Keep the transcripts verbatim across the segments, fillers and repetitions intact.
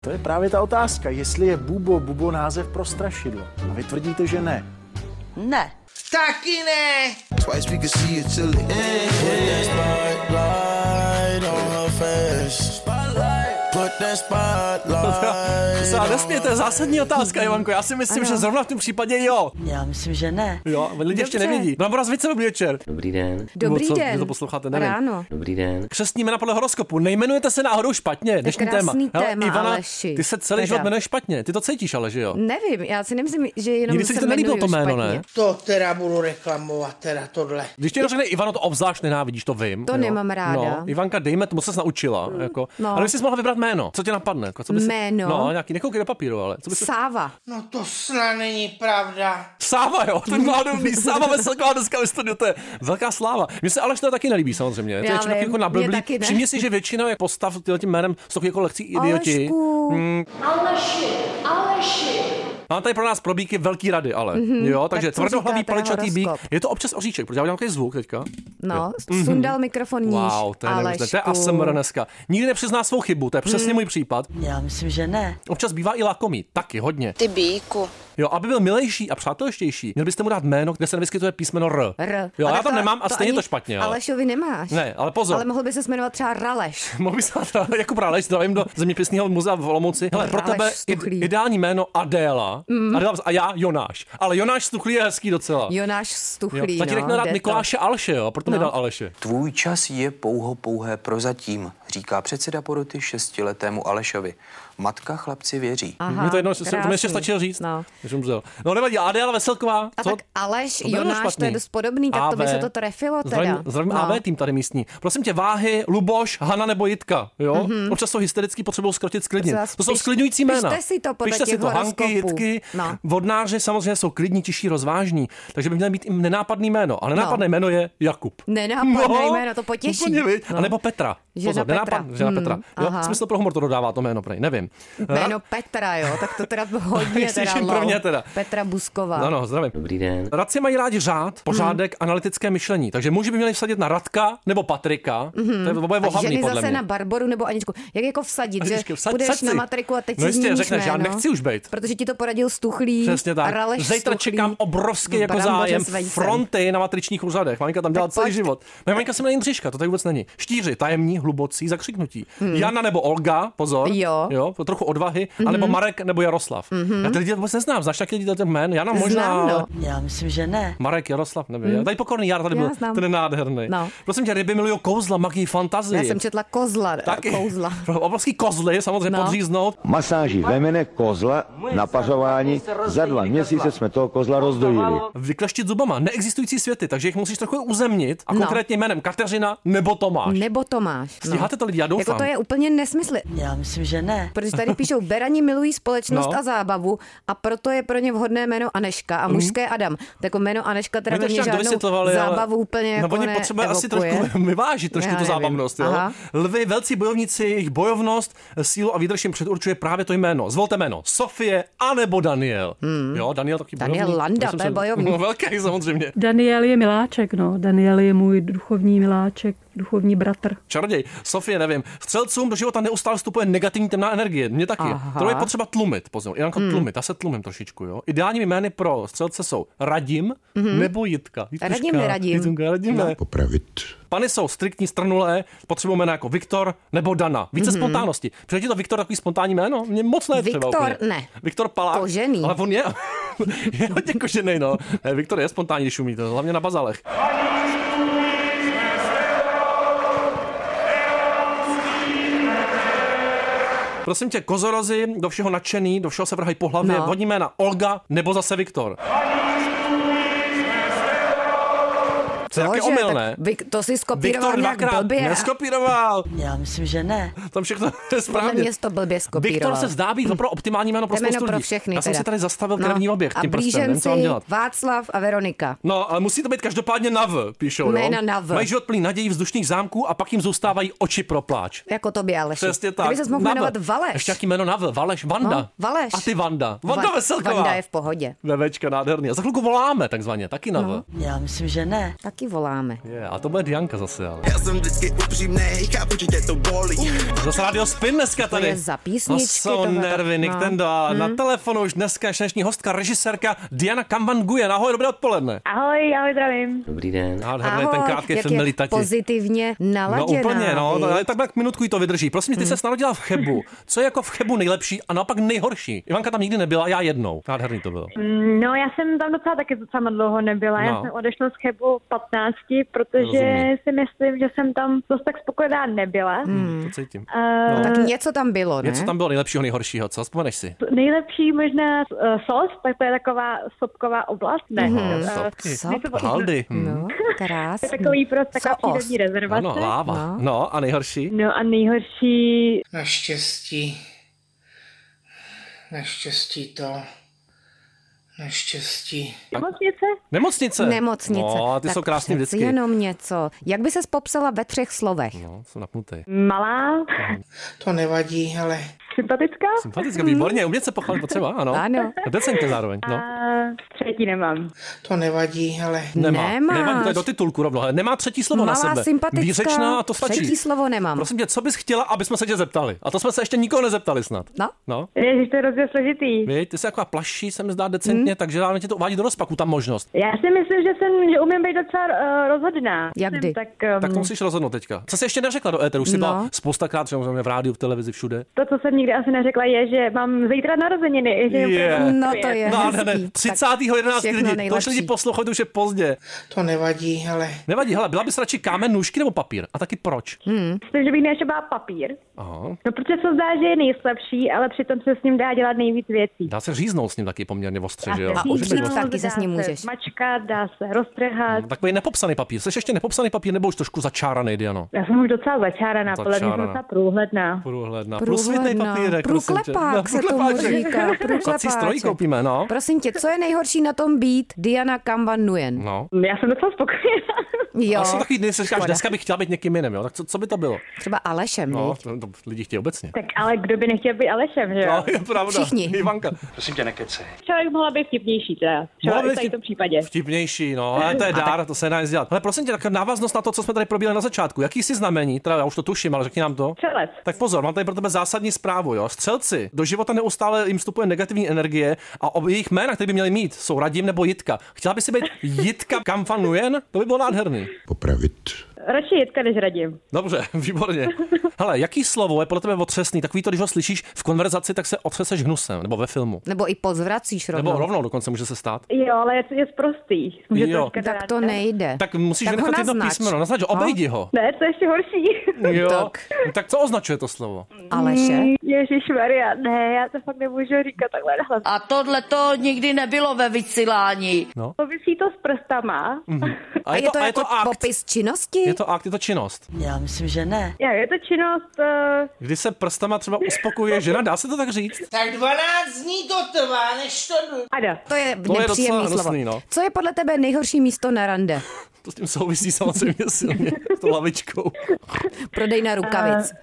To je právě ta otázka, jestli je Bubo Bubo název pro strašidlo. A vy tvrdíte, že ne. Ne. Taky ne. To se nesmí, to je zásadní otázka, Ivanko. Já si myslím, ano. že zrovna v tom případě jo. Já myslím, že ne. Jo, lidi Dobře. ještě nevědí. Barbora Zvice, dobrý večer. Dobrý den. Dobrý co, den. Vy to posloucháte, nevím. Ráno. Dobrý den. Křestní jména podle horoskopu. Nejmenujete se náhodou špatně. Dnešní téma. Krásný téma, Ivana, Aleši. ty se celý Teda. život jmenuješ špatně. Ty to cítíš, ale že jo? Nevím, já si nemyslím, že jenom Nikdy se si to nelíbilo jmenuju to jméno, špatně. ne? To teda budu reklamovat, teda tohle. Když ti někdo řekne Ivano, to obzvlášť nenávidíš, to vím. To jo? nemám ráda. No, Ivanka, dejme, tomu ses naučila. Mm, jako. no. Ale jsi mohla vybrat jméno. Co tě napadne? Jako, co by si... Jméno? No, nějaký, nekoukej do papíru, ale. Co by si... Sáva. No to snad není pravda. Sáva, jo, ten mladovný Sáva Veselková dneska ve studiu, to je velká sláva. Mně se Aleš to taky nelíbí samozřejmě. To je člověk jako nablblý. Všimni si, že většinou je postav tím jménem jsou jako lekcí idioti. Hmm. Aleši, Aleši. Mám tady pro nás pro bíky velký rady, ale. Mm-hmm, jo, takže tak tvrdohlavý paličatý bík. Je to občas oříček, protože já udělám takový zvuk teďka. No, mm-hmm. sundal mikrofon níž. Wow, to je neuvěřitelné. To je A S M R dneska. Nikdy nepřizná svou chybu, to je přesně mm. můj případ. Já myslím, že ne. Občas bývá i lakomý, taky hodně. Ty bíku. Jo, aby byl milejší a přátelštější, měl byste mu dát jméno, kde se nevyskytuje písmeno R. R. Jo, ale já tam to, nemám a to stejně to špatně. Ale Alešovi nemáš. Ne, ale pozor. Ale mohl by se jmenovat třeba Raleš. Mohl by se jako Raleš, zdravím do zeměpisného muzea v Olomouci. Hele, pro tebe id- ideální jméno Adéla. Mm. Adéla a já Jonáš. Ale Jonáš Stuchlý je hezký docela. Jonáš Stuchlý, jo, tak ti řekne no, rád Mikuláše Alše, jo, proto no. mi dal Aleše. Tvůj čas je pouho pouhé prozatím, říká předseda poroty šestiletému Alešovi. Matka chlapci věří. Mě to jednou, to mi ještě stačilo říct. No, no nevadí, Adéla Veselková. A co? tak Aleš, Jonáš, to je dost podobný, tak A V. to by se to trefilo teda. Zdravím, zdravím no. A V tým tady místní. Prosím tě, Váhy, Luboš, Hana nebo Jitka, jo? Mm-hmm. Občas jsou hysterický, potřebují skrotit, sklidnit. To jsou sklidňující jména. Pište si to podle Pište těch si to, horoskopů. Hanky, Jitky, no. Vodnáři samozřejmě jsou klidní, tiší, rozvážní, takže by měl být i nenápadný jméno. A nenápadné no. jméno je Jakub. Nenápadné no, jméno, to potěší. Úplně, no. A nebo Petra. Žena Pozor, Petra. Nenápad, žena hmm, Petra. Jo? Smysl pro humor to dodává to jméno, prej, nevím. Jméno Petra, jo, tak to teda hodně teda pro mě teda. Petra Busková. No, no, zdravím. Dobrý den. Radci mají rádi řád, pořádek, hmm. analytické myšlení. Takže muži by měli vsadit na Radka nebo Patrika. Mm-hmm. To je oboje vohavný, podle zase mě. na Barboru nebo Aničku. Jak jako vsadit, že vsad, půjdeš na matriku a teď no si změníš řekneš, jméno, já nechci už být. Protože ti to poradil Stuchlý. Přesně tak. Raleš Zítra Stuchlý, čekám obrovský jako zájem fronty na matričních úřadech. Maminka tam dělala celý pojď. život. Moje maminka se jmenuje Jindřiška, to tady vůbec není. Štíři, tajemní, hlubocí, zakřiknutí. Hmm. Jana nebo Olga, pozor. Jo. Jo, trochu odvahy, mm-hmm. anebo Marek nebo Jaroslav. Mm-hmm. Já ty lidi vůbec neznám, znáš taky lidi těch jmen? Jana možná. Znám, no. Já myslím, že ne. Marek, Jaroslav, nevím. Mm. Tady pokorný Jar, tady Já byl, znám. ten je nádherný. No. Prosím tě, ryby milují kouzla, magii, fantazii. Já jsem četla kozla, taky. kouzla. Obrovský kozly, samozřejmě No. podříznout. Masáží vemene kozla na pařování. Za dva měsíce jsme toho kozla rozdojili. Vykleštit zubama, neexistující světy, takže jich musíš trochu uzemnit a No. konkrétně jménem Kateřina nebo Tomáš. Nebo Tomáš. Stíháte to lidi, já doufám. Jako to je úplně nesmysl. Já myslím, že ne. Protože tady píšou, berani milují společnost No. a zábavu a proto je pro ně vhodné jméno Aneška a mužské Adam. Tak jako jméno Aneška teda to mě žádnou zábavu úplně no, jako oni potřebuje asi trošku vyvážit trošku Já tu nevím. zábavnost. Jo? Lvy, velcí bojovníci, jejich bojovnost, sílu a výdrž jim předurčuje právě to jméno. Zvolte jméno Sofie anebo Daniel. Hmm. Jo, Daniel taky Daniel bojovník. Landa, to je bojovník. No, velký samozřejmě. Daniel je miláček, no. Daniel je můj duchovní miláček, duchovní bratr. Čaroděj, Sofie, nevím. Střelcům do života neustále vstupuje negativní temná energie. Mně taky. Aha. To je potřeba tlumit. Pozor, Janko, hmm. tlumit. Já se tlumím trošičku, jo. Ideální jmény pro střelce jsou Radim mm-hmm. nebo Jitka. Jitkuška. Radim, Radim. Jitkunka, Radim, no. ne. Popravit. Pany jsou striktní, strnulé, potřebují jména jako Viktor nebo Dana. Více mm-hmm. spontánnosti. Přijde ti to Viktor takový spontánní jméno? Mně moc ne třeba Viktor, úplně. ne. Viktor Palák. Kožený. Ale on je, je hodně kožený, no. Ne, Viktor je spontánní, když umí, to hlavně na bazalech. Prosím tě, kozorozy, do všeho nadšený, do všeho se vrhají po hlavě, no. Vhodní jména Olga nebo zase Viktor. To je taky omyl, ne? Vik, to si skopíroval Viktor nějak dvakrát blbě. neskopíroval. Já myslím, že ne. Tam všechno je správně. Podle mě to blbě skopíroval. Viktor se zdá být opravdu optimální jméno pro Jméno spoustu pro lidí. všechny Já jsem teda. si tady zastavil No. krevní oběh A tím prstem, nevím, co mám dělat. Václav a Veronika. No, ale musí to být každopádně na V, píšou, Jména jo? na V. Mají život plný nadějí vzdušných zámků a pak jim zůstávají oči pro pláč. Jako tobě, Aleši. Přesně tak. Kdyby ses mohl Na V. jmenovat Valeš. Ještě jaký jméno na V? Valeš, Vanda. No, Valeš. A ty Vanda. Vanda Va- Veselková. Vanda je v pohodě. Vevečka, nádherný. A za chvilku voláme, takzvaně, taky na V. Já myslím, že ne. Taky taky voláme. Je, a to bude Dianka zase, ale. Já jsem vždycky upřímnej, chápu, že tě to bolí. Zase Radio Spin dneska tady. To je za písničky. No jsou nervy, Nick Tendo. A na telefonu už dneska dnešní hostka, režisérka Diana Kamvan-Nguyen. Ahoj, dobré odpoledne. Ahoj, ahoj, zdravím. Dobrý den. Ahoj, ten krátký film Milí tati. Pozitivně naladěná. No úplně, no, no ale tak, tak minutku jí to vydrží. Prosím, ty hmm. se narodila v Chebu. Co je jako v Chebu nejlepší a naopak nejhorší? Ivanka tam nikdy nebyla, já jednou. Nádherný to bylo. No, já jsem tam docela taky docela dlouho nebyla. No. Já jsem odešla z Chebu patnácti, protože Rozumím. si myslím, že jsem tam dost tak spokojená nebyla. Hmm. To cítím. Uh, no. Tak něco tam bylo, ne? Něco tam bylo nejlepšího, nejhoršího. Co vzpomeneš si? Nejlepší možná uh, Sos, tak to je taková sopková oblast. Ne. Mm-hmm. Uh, Sopky. Sop. Haldy. No, krásný. To je takový prostě taková přírodní rezervace. Ano, láva. No. no, a nejhorší? No a nejhorší... Naštěstí. Naštěstí to... Naštěstí. Nemocnice? Nemocnice? Nemocnice. No, ty tak jsou krásný vždycky. jenom něco. Jak by ses popsala ve třech slovech? No, jsou napnutý. Malá. To nevadí, ale... Sympatická? Sympatická, výborně. Umět se pochválit potřeba, ano. Ano. Decentně zároveň, no. A třetí nemám. To nevadí, ale... Nemá. Nemáš. Nevadí, to je do titulku rovno. Nemá třetí slovo Malá, na sebe. sympatická, Výřečná a to stačí. Třetí slovo nemám. Prosím tě, co bys chtěla, aby jsme se tě zeptali? A to jsme se ještě nikoho nezeptali snad. No. No. Ježiš, to je hrozně složitý. Víš, ty jsi taková plaší, se mi zdá decentně, hmm. takže dáme ti to uvádí do rozpaku, tam možnost. Já si myslím, že jsem, že umím být docela uh, rozhodná. Jak kdy? Tak, um, tak to musíš rozhodnout teďka. Co jsi ještě neřekla do éteru? Už jsi no. byla spoustakrát, v rádiu, v televizi, všude. To, co jsem nikdy asi neřekla, je, že mám zítra narozeniny. Že yeah. No to je no, hezký. Ne, ne. třicátého jedenáctého lidi, to už lidi poslouchají, to už je pozdě. To nevadí, ale... Nevadí, hele, byla bys radši kámen, nůžky nebo papír? A taky proč? Hmm. Myslím, že bych nešla papír. Aha. No, protože se zdá, že je nejslabší, ale přitom se s ním dá dělat nejvíc věcí. Dá se říznout s ním taky poměrně ostře, že jo? A učit taky se s ním můžeš. Mačkat, dá se roztrhat. Hmm, takový nepopsaný papír. Jsi ještě nepopsaný papír, nebo už trošku začáraný, Diano? Já jsem už docela začáraná, podle mě jsem docela průhledná. Průhledná. Průsvitný papírek. Průklepák se tomu říká. Psací stroj koupíme, no. Prosím tě, co je nejhorší na tom být Diana Kamvan-Nguyen? No. Já jsem docela spokojená. Jo. Já jsem takový dny, se říkáš, dneska bych chtěla být někým jiným, jo? Tak co, co by to bylo? Třeba Alešem, no, to, to lidi chtějí obecně. Tak ale kdo by nechtěl být Alešem, že jo? No, je pravda. Všichni. Ivanka. Prosím tě, nekecej. Člověk mohla být vtipnější teda. Třeba v tomto případě. Vtipnější, no, ale to je dár, tak... to se nedá nic dělat. Ale prosím tě, tak návaznost na to, co jsme tady probírali na začátku. Jaký jsi znamení? Teda já už to tuším, ale řekni nám to. Střelec. Tak pozor, mám tady pro tebe zásadní zprávu, jo. Střelci, do života neustále jim vstupuje negativní energie a o jejich jména, které by měli mít, jsou Radim nebo Jitka. Chtěla by si být Jitka Kamvan-Nguyen? To by bylo nádherný. Popravit. Radši Jitka než Radim. Dobře, výborně. Hele, jaký slovo je podle tebe otřesný? Takový to, když ho slyšíš v konverzaci, tak se otřeseš hnusem, nebo ve filmu. Nebo i pozvracíš rovnou. Nebo rovnou dokonce může se stát. Jo, ale je, je sprostý. Může jo. To tak to nejde. Tak musíš tak vynechat jedno písmeno. Naznač, obejdi ho. Ne, to je ještě horší. Jo. Tak. tak co označuje to slovo? Aleše. Ježišmarja, ne, já to fakt nemůžu říkat takhle nahlas. A tohle to nikdy nebylo ve vysílání. No. Povisí to s prstama. Mm-hmm. A, a je, je to, to a je jako to akt. popis činnosti? Je to akt, je to činnost. Já myslím, že ne. Já, je to činnost... Uh... Kdy se prstama třeba uspokojuje žena, dá se to tak říct? Tak dvanáct dní to trvá, než to... Ada. To je to nepříjemný je slovo. hnusný, no. Co je podle tebe nejhorší místo na rande? To s tím souvisí samozřejmě silně, s tou lavičkou. Prodejna rukavic.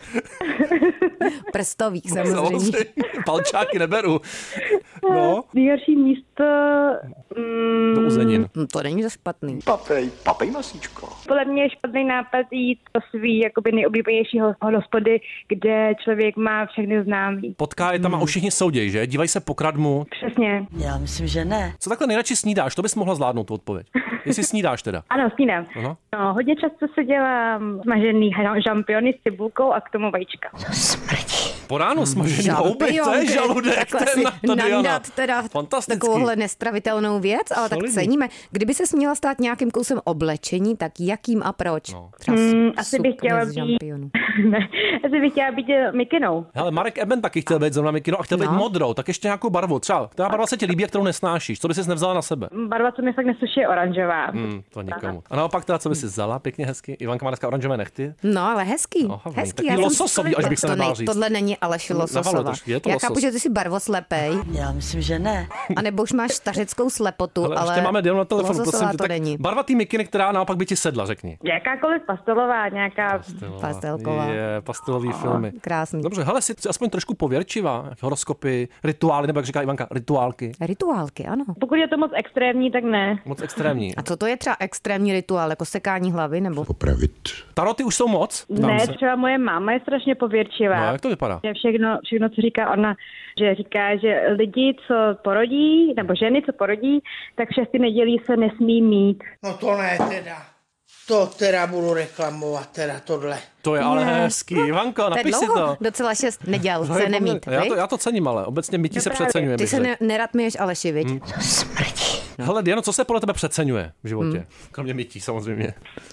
Prstových samozřejmě. samozřejmě. Palčáky neberu. No. Nejhorší místo... Mm, do uzenin. To není to špatný. Papej, papej masíčko. Podle mě je špatný nápad jít do svý jakoby nejoblíbenějšího hospody, kde člověk má všechny známý. Potká je tam hmm. a už všichni soudějí, že? Dívají se po kradmu. Přesně. Já myslím, že ne. Co takhle nejradši snídáš? To bys mohla zvládnout tu odpověď. Jestli snídáš teda. Ano, snídám. Aha. No, hodně často se dělám smažený žampiony s cibulkou a k tomu vajíčka. To smrdí. Po ránu smažený houby, to je žaludek. Takhle si nandat teda takovouhle nestravitelnou věc, ale tak ceníme. Kdyby se směla stát nějakým kousem oblečení, tak jakým a proč? No. Hmm, asi bych chtěla být... ne, asi bych chtěla být mikinou. Hele, Marek Eben taky chtěl být zrovna mikinou a chtěl no. být modrou, tak ještě nějakou barvu. Třeba, která barva se ti líbí, kterou nesnášíš. Co bys si nevzala na sebe? Barva, co mi fakt nesluší, je oranžová. Hmm, to nikomu. A naopak teda, co bys si vzala? Pěkně hezky. Ivanka má dneska oranžové nechty. No, ale hezký. No, hezký. Taky lososový, až bych se nebál říct. Tohle není Aleši lososová. Já chápu, že ty jsi barvoslepej. Já myslím, že ne. A nebo už máš stařeckou slepu. slepotu, ale, ale ještě máme Dianu na telefonu, prosím tě, to tak není. barva té mikiny, která naopak by ti sedla, řekni. Jakákoliv pastelová, nějaká... Pastelová. Pastelková. Je, pastelový O, filmy. Krásný. Dobře, hele, jsi aspoň trošku pověrčivá, jak horoskopy, rituály, nebo jak říká Ivanka, rituálky. Rituálky, ano. Pokud je to moc extrémní, tak ne. Moc extrémní. A co to je třeba extrémní rituál, jako sekání hlavy, nebo? Popravit. Taroty už jsou moc? Ne, se. Třeba moje máma je strašně pověrčivá. No, jak to vypadá? Všechno, všechno, co říká ona, že říká, že lidi, co porodí, nebo ženy, co porodí, tak v šesti nedělí se nesmí mít. No to ne teda. To teda budu reklamovat, teda tohle. To je ale hezký. Ivanko, napiš si to. Docela šest neděl se nemít. Já to, já to cením, ale obecně mytí se přeceňuje. Ty se ne, nerad myješ Aleši, viď? Hmm. To smrdí. Hele, Diano, co se podle tebe přeceňuje v životě? Hmm. Kromě mytí, samozřejmě.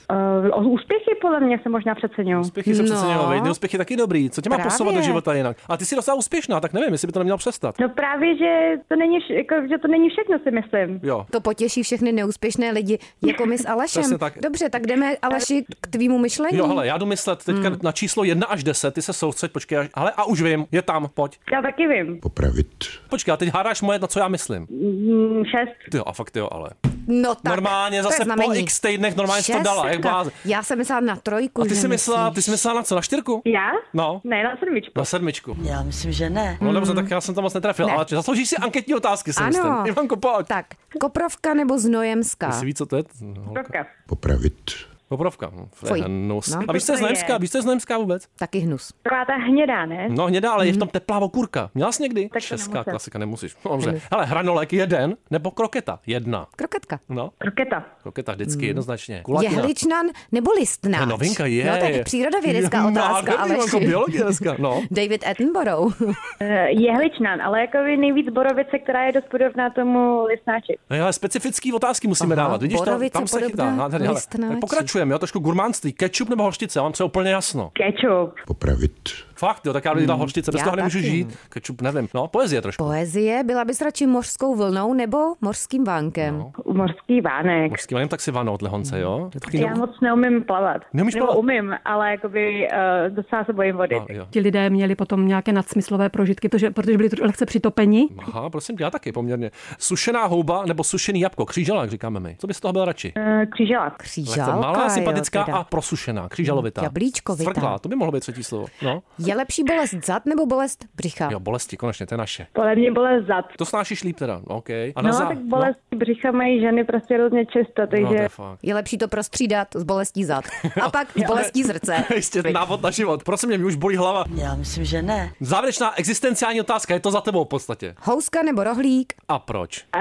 Uh, úspěchy podle mě se možná přeceňují. Úspěchy se no. přeceňují, neúspěch je taky dobrý. Co tě má posouvat do života jinak? A ty jsi docela úspěšná, tak nevím, jestli by to nemělo přestat. No právě, že to není, jako, že to není všechno, si myslím. Jo. To potěší všechny neúspěšné lidi, jako my s Alešem. Tak. Dobře, tak jdeme, Aleši, k tvýmu myšlení. Jo, hele, já jdu myslet teďka hmm. na číslo jedna až deset, ty se soustřeď, počkej, až, hele, a už vím, je tam, pojď. Já taky vím. Popravit. Počkej, a teď hádáš moje, na co já myslím. Mm, šest. Ty jo, a fakt jo, ale. No tak, normálně zase po x týdnech normálně jsi to dala, jak bláze. Já jsem myslela na trojku. A ty jsi myslela, ty jsi myslela na co, na čtyřku? Já? No. Ne, na sedmičku. Na sedmičku. Já myslím, že ne. No dobře, tak já jsem to moc netrefil, ne. Ale zasloužíš si anketní otázky, si ano. myslím. Ivanko, pojď. Tak, Koprovka nebo Znojemská? Ty si ví, co to je? Koprovka. Popravit. Poprovka. No. No. A víš, co je Znojemská? Víš, co je Znojemská vůbec? Taky hnus. Taková ta hnědá, ne? No hnědá, ale mm. je v tom teplá okurka. Měla jsi někdy? Tak Česká klasika, nemusíš. Dobře. Hele, hranolek jeden nebo kroketa? Jedna. Kroketka. No. Kroketa. Kroketa vždycky, mm. jednoznačně. Kulatina. Jehličnan nebo listnáč? Je novinka, je. No, to je přírodovědecká no, otázka, ale jako biologie dneska, no. David Attenborough. Jehličnan, ale jako nejvíc borovice, která je dost podobná tomu listnáči. No, ale specifický otázky musíme Aha, dávat. Vidíš, to, tam se chytá. Pokračujeme, jo, trošku gurmánství. Ketchup nebo hořčice? Já mám třeba úplně jasno. Ketchup. Popravit. Fakt, jo, tak já bych dala hořčice, bez toho nemůžu žít. Ketchup, nevím. No, poezie trošku. Poezie, byla bys radši mořskou vlnou nebo mořským vánkem? No. Mořský vánek. Mořský vánek, tak si vánou od Lehonce, jo? Já ne... moc neumím plavat. Neumíš Nebo plavat? umím, ale jakoby uh, docela se bojím vody. No, ti lidé měli potom nějaké nadsmyslové prožitky, protože, protože byli lehce přitopeni. Aha, prosím, já taky poměrně. Sušená houba nebo sušený jabko? Křížalák, říkáme my. Co bys z toho byl radši? Uh, křížalák. Křížalka, malá, sympatická jo, teda. A prosušená, křížalovitá. Jablíčkovitá. Svrklá, to by mohlo být třetí slovo. No. Je lepší bolest zad nebo bolest břicha? Jo, bolesti, konečně, to je naše. Podle mě bolest zad. To snášíš líp teda, OK. A no, za... tak bolest no. břicha mají ženy prostě různě často, takže... No, je, je lepší to prostřídat s bolestí zad. A pak s bolestí srdce. Jistě, návod na život. Prosím mě, mi už bolí hlava. Já myslím, že ne. Závěrečná existenciální otázka, je to za tebou v podstatě. Houska nebo rohlík? A proč? A...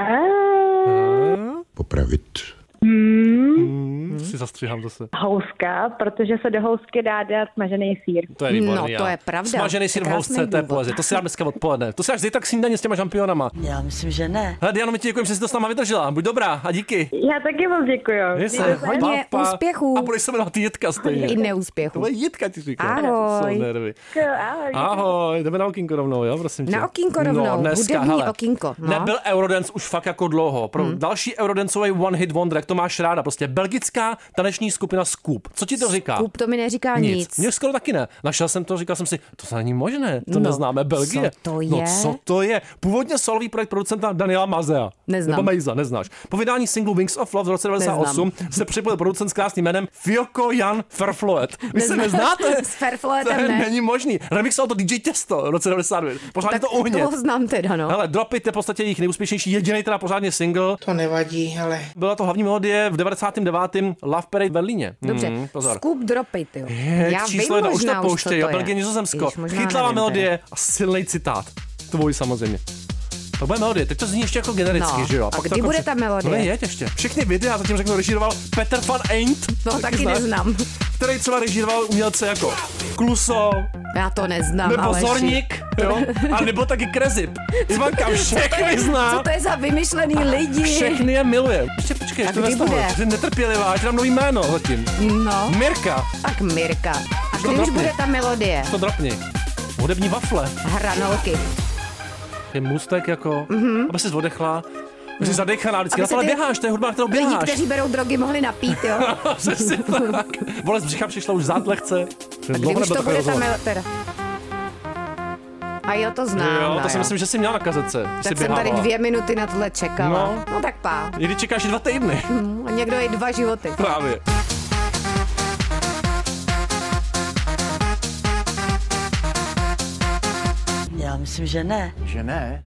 Popravit. Hmm. Hmm, si zastříhám zase. Houska, protože se do housky dá dát smažený sýr. To je výborný, no, to je pravda. Smažený sýr v housce, to je poezie. To si dám dneska odpoledne. To si až zítra k snídani s těma šampionama. Já myslím, že ne. Hele, Diano, my ti děkujeme, že jsi to s náma vydržela. Buď dobrá a díky. Já taky moc děkuju. Se. Hodně pa, pa. úspěchů. A budeš se jmenovat Jitka stejně. I neúspěchů. To je Jitka, ti říká. Ahoj. Nervy. Ahoj. Ahoj, jdeme na okýnko rovnou, jo, prosím tě. Na okýnko rovnou, no, dneska, hudební hele, okýnko. No. Nebyl Eurodance už fakt jako dlouho. Pro hmm. další Eurodanceový one hit wonder, jak to máš ráda, prostě belgická taneční skupina Scoop. Co ti to říká? Scoop to mi neříká nic. nic. Mně skoro taky ne. Našel jsem to, říkal jsem si, to není možné, to no, neznáme Belgie. Co to je? No co to je? Původně solový projekt producenta Daniela Mazea. Neznám. Nebo Mejza, neznáš. Po vydání singlu Wings of Love v roce devadesát osm Neznám. Se připojil producent s krásným jménem Fioko Jan Verfloet. Vy se neznáte? S Verfloetem to ne. není možný. Remixoval to D J Těsto v roce devadesát devět. Pořádně to uhnět. To znám teda, no. Hele, Drop It je v podstatě jejich nejúspěšnější, jediný teda pořádně single. To nevadí, ale... Byla to hlavní melodie v devadesátém devátém Love Parade v Berlíně. Dobře, hmm, pozor. Scoop Drop It, jo. Je, Já číslo jedna, už to pouště, jo, Belgie, Nizozemsko. Chytlavá melodie teda. A silný citát. Tvůj samozřejmě. To bude melodie, teď to zní ještě jako genericky, no. že jo? A, a kdy to jako bude vše... ta melodie? No jeď ještě. Všechny videa zatím řeknu režíroval Peter van Eint. No taky, taky neznám. Který třeba režíroval umělce jako Kluso. Já to neznám, nebo Aleši. Zorník, jo? A nebo taky Krezip. Ivanka všechny zná. Co to je za vymyšlený lidi? Všechny je miluje. Ještě počkej, ještě kdy bude? Jsi netrpělivá, že tam nový jméno zatím. No. Mirka. Tak Mirka. A kdy už bude ta melodie? To dropni. Hudební wafle. Hranolky. Je můstek jako, mm-hmm. aby jsi odechla. Jsi mm. zadechaná vždycky, na tohle běháš, to je hudba, kterou běháš. Lidi, kteří berou drogy, mohli napít, jo? Přesně tak. Bolest břicha přišla už zát lehce. A kdy už to bude ta melodie? A jo, to znám. Jo, to no si jo. myslím, že jsi měla na kazece. Tak jsem běhávala. Tady dvě minuty na tohle čekala. No, no tak pá. Někdy čekáš dva týdny. Hmm, a někdo je dva životy. Právě. Já myslím, že ne. Že ne?